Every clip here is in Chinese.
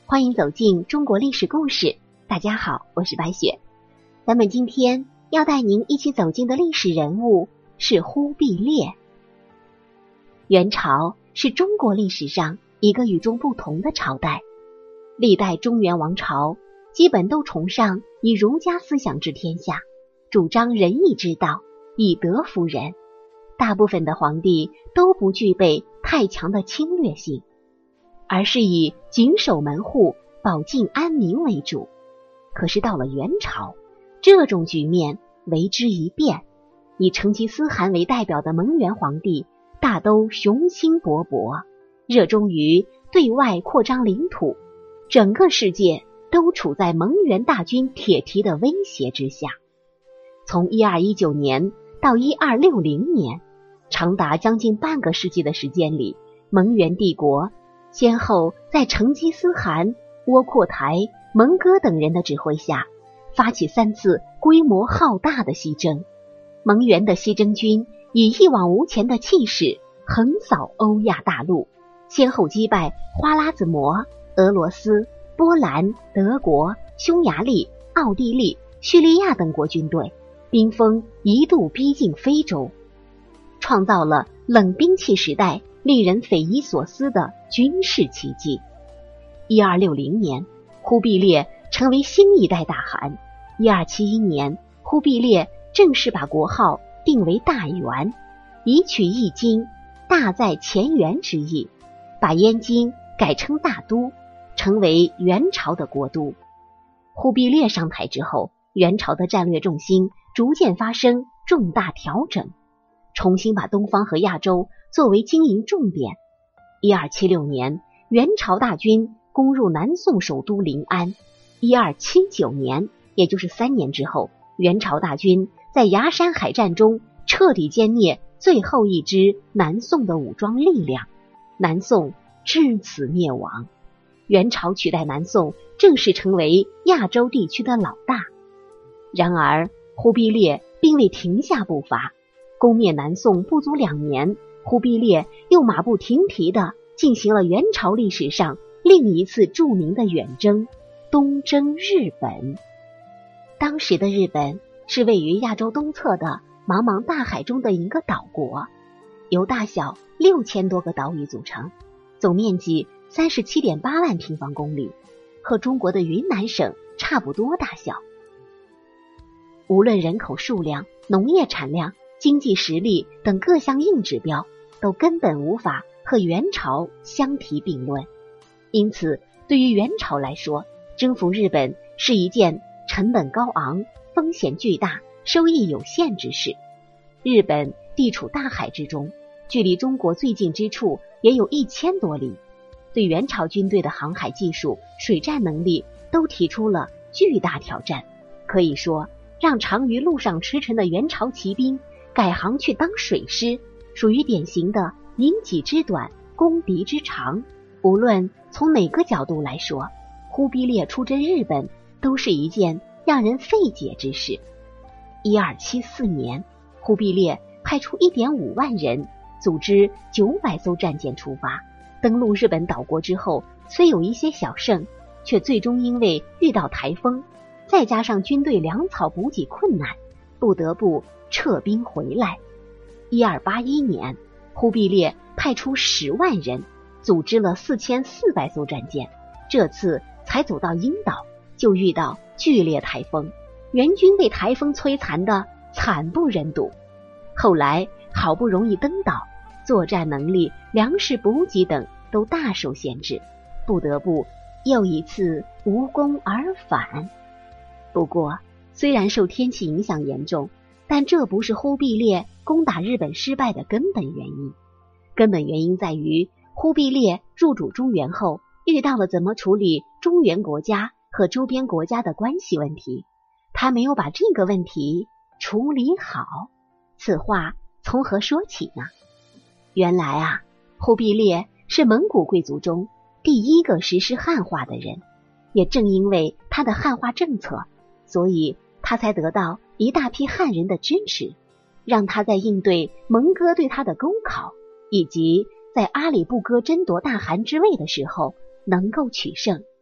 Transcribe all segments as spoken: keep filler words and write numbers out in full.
欢迎走进中国历史故事。大家好，我是白雪。咱们今天要带您一起走进的历史人物是忽必烈。元朝是中国历史上一个与众不同的朝代，历代中原王朝基本都崇尚以儒家思想治天下，主张仁义之道，以德服人。大部分的皇帝都不具备太强的侵略性，而是以谨守门户、保境安民为主。可是到了元朝，这种局面为之一变，以成吉思汗为代表的蒙元皇帝大都雄心勃勃，热衷于对外扩张领土，整个世界都处在蒙元大军铁蹄的威胁之下。从一二一九年到一二六零年，长达将近半个世纪的时间里，蒙元帝国先后在成吉思汗、窝阔台、蒙哥等人的指挥下，发起三次规模浩大的西征。蒙元的西征军以一往无前的气势横扫欧亚大陆，先后击败花剌子模、俄罗斯、波兰、德国、匈牙利、奥地利、叙利亚等国军队，兵锋一度逼近非洲，创造了冷兵器时代令人匪夷所思的军事奇迹。一二六零年，忽必烈成为新一代大汗。一二七一年，忽必烈正式把国号定为大元，以取易经大在前元之意，把燕京改称大都，成为元朝的国都。忽必烈上台之后，元朝的战略重心逐渐发生重大调整，重新把东方和亚洲作为经营重点。一二七六年，元朝大军攻入南宋首都临安。一二七九年，也就是三年之后，元朝大军在崖山海战中彻底歼灭最后一支南宋的武装力量，南宋至此灭亡。元朝取代南宋，正式成为亚洲地区的老大。然而忽必烈并未停下步伐，攻灭南宋不足两年，忽必烈又马不停蹄地进行了元朝历史上另一次著名的远征——东征日本。当时的日本是位于亚洲东侧的茫茫大海中的一个岛国，由大小六千多个岛屿组成，总面积 三十七点八万平方公里，和中国的云南省差不多大小。无论人口数量、农业产量、经济实力等各项硬指标，都根本无法和元朝相提并论。因此，对于元朝来说，征服日本是一件成本高昂、风险巨大、收益有限之事。日本地处大海之中，距离中国最近之处也有一千多里，对元朝军队的航海技术、水战能力都提出了巨大挑战。可以说，让常于陆上驰骋的元朝骑兵改行去当水师，属于典型的引己之短，攻敌之长。无论从哪个角度来说，忽必烈出征日本都是一件让人费解之事。一二七四年，忽必烈派出 一点五万人，组织九百艘战舰出发，登陆日本岛国之后，虽有一些小胜，却最终因为遇到台风，再加上军队粮草补给困难，不得不撤兵回来。一二八一年，忽必烈派出十万人，组织了四千四百艘战舰，这次才走到鹰岛，就遇到剧烈台风，元军被台风摧残的惨不忍睹。后来好不容易登岛，作战能力、粮食补给等都大受限制，不得不又一次无功而返。不过，虽然受天气影响严重，但这不是忽必烈攻打日本失败的根本原因。根本原因在于，忽必烈入主中原后，遇到了怎么处理中原国家和周边国家的关系问题，他没有把这个问题处理好。此话从何说起呢？原来啊，忽必烈是蒙古贵族中第一个实施汉化的人，也正因为他的汉化政策，所以他才得到一大批汉人的支持，让他在应对蒙哥对他的攻考，以及在阿里不哥争夺大汗之位的时候能够取胜。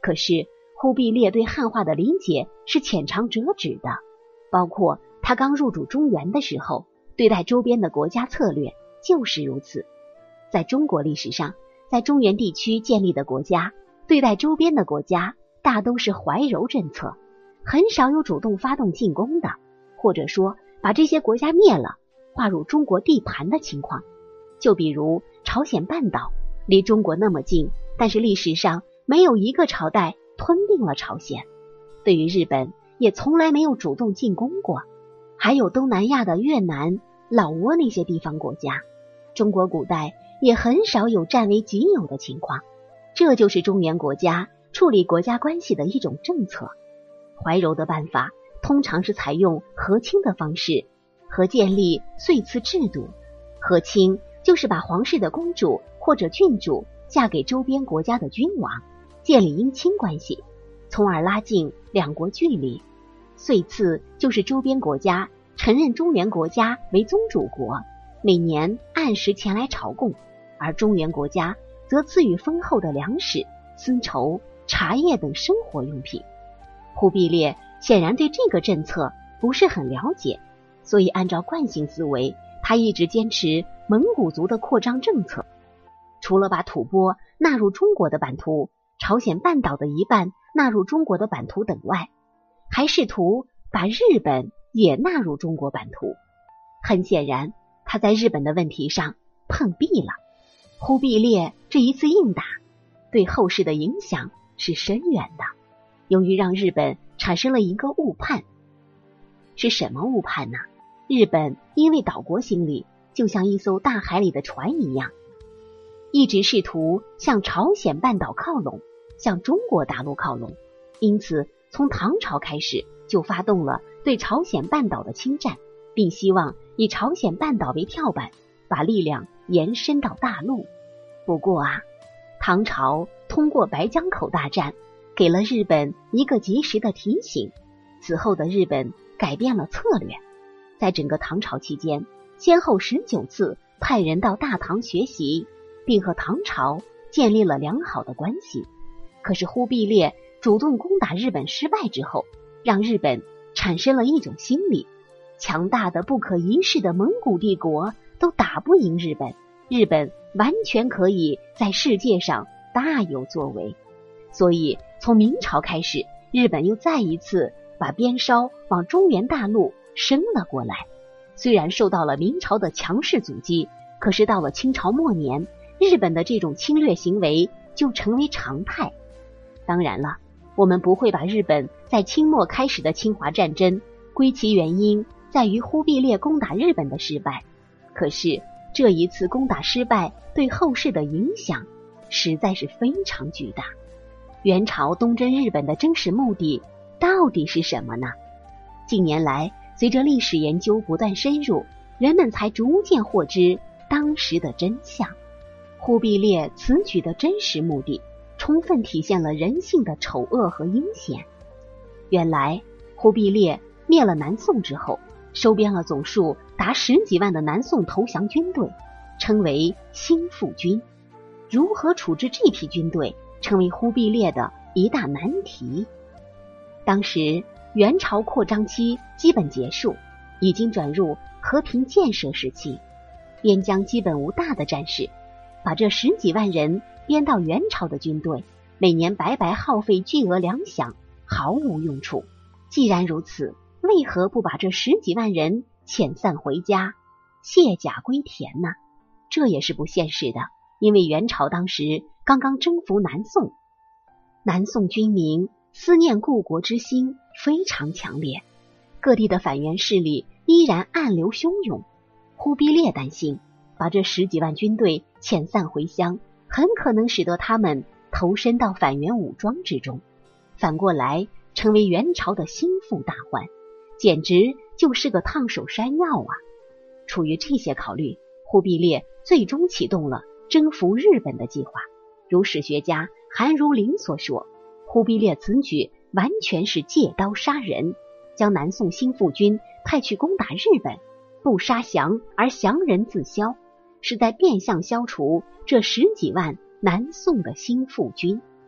可是忽必烈对汉化的理解是浅尝辄止的，包括他刚入主中原的时候，对待周边的国家策略就是如此。在中国历史上，在中原地区建立的国家，对待周边的国家大都是怀柔政策，很少有主动发动进攻的，或者说把这些国家灭了，划入中国地盘的情况。就比如朝鲜半岛，离中国那么近，但是历史上没有一个朝代吞并了朝鲜。对于日本，也从来没有主动进攻过。还有东南亚的越南、老挝那些地方国家，中国古代也很少有占为己有的情况。这就是中原国家处理国家关系的一种政策。怀柔的办法通常是采用和亲的方式和建立岁次制度。和亲就是把皇室的公主或者郡主嫁给周边国家的君王，建立姻亲关系，从而拉近两国距离。岁次就是周边国家承认中原国家为宗主国，每年按时前来朝贡，而中原国家则赐予丰厚的粮食、丝绸、茶叶等生活用品。忽必烈显然对这个政策不是很了解，所以按照惯性思维，他一直坚持蒙古族的扩张政策。除了把吐蕃纳入中国的版图，朝鲜半岛的一半纳入中国的版图等外，还试图把日本也纳入中国版图。很显然，他在日本的问题上碰壁了。忽必烈这一次硬打，对后世的影响是深远的。由于让日本产生了一个误判。是什么误判呢？日本因为岛国心理，就像一艘大海里的船一样，一直试图向朝鲜半岛靠拢，向中国大陆靠拢。因此从唐朝开始就发动了对朝鲜半岛的侵占，并希望以朝鲜半岛为跳板，把力量延伸到大陆。不过啊，唐朝通过白江口大战给了日本一个及时的提醒。此后的日本改变了策略，在整个唐朝期间，先后十九次派人到大唐学习，并和唐朝建立了良好的关系。可是忽必烈主动攻打日本失败之后，让日本产生了一种心理，强大的不可一世的蒙古帝国都打不赢日本，日本完全可以在世界上大有作为。所以从明朝开始，日本又再一次把边梢往中原大陆伸了过来。虽然受到了明朝的强势阻击，可是到了清朝末年，日本的这种侵略行为就成为常态。当然了，我们不会把日本在清末开始的侵华战争归其原因在于忽必烈攻打日本的失败。可是这一次攻打失败对后世的影响实在是非常巨大。元朝东征日本的真实目的到底是什么呢？近年来，随着历史研究不断深入，人们才逐渐获知当时的真相。忽必烈此举的真实目的，充分体现了人性的丑恶和阴险。原来，忽必烈灭了南宋之后，收编了总数达十几万的南宋投降军队，称为新附军。如何处置这批军队，成为忽必烈的一大难题。当时元朝扩张期基本结束，已经转入和平建设时期，边疆基本无大的战事，把这十几万人编到元朝的军队，每年白白耗费巨额粮饷，毫无用处。既然如此，为何不把这十几万人遣散回家，卸甲归田呢？这也是不现实的，因为元朝当时刚刚征服南宋，南宋军民思念故国之心非常强烈，各地的反元势力依然暗流汹涌。忽必烈担心把这十几万军队遣散回乡，很可能使得他们投身到反元武装之中，反过来成为元朝的心腹大患，简直就是个烫手山药啊！出于这些考虑，忽必烈最终启动了征服日本的计划。如史学家韩如林所说，忽必烈此举完全是借刀杀人，将南宋新附军派去攻打日本，不杀降而降人自消，是在变相消除这十几万南宋的新附军。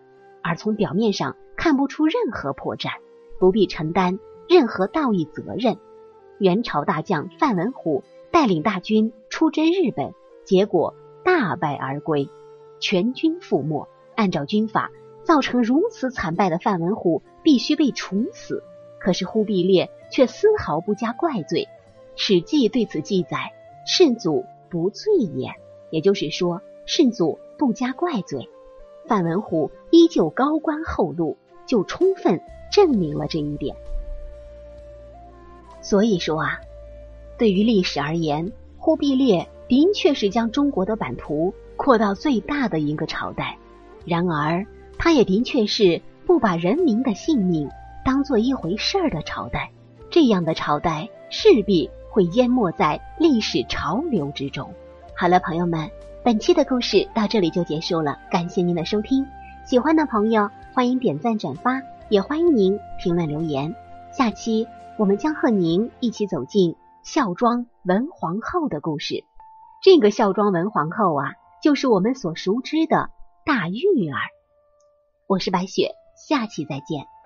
而从表面上看不出任何破绽，不必承担任何道义责任。元朝大将范文虎带领大军出征日本，结果大败而归，全军覆没。按照军法，造成如此惨败的范文虎必须被处死，可是忽必烈却丝毫不加怪罪。《史记》对此记载：圣祖不罪也，也就是说圣祖不加怪罪。范文虎依旧高官厚禄，就充分证明了这一点。所以说啊，对于历史而言，忽必烈的确是将中国的版图扩到最大的一个朝代，然而他也的确是不把人民的性命当做一回事儿的朝代。这样的朝代势必会淹没在历史潮流之中。好了，朋友们，本期的故事到这里就结束了，感谢您的收听。喜欢的朋友欢迎点赞转发，也欢迎您评论留言。下期我们将和您一起走进孝庄文皇后的故事。这个孝庄文皇后啊，就是我们所熟知的大玉儿。我是白雪，下期再见。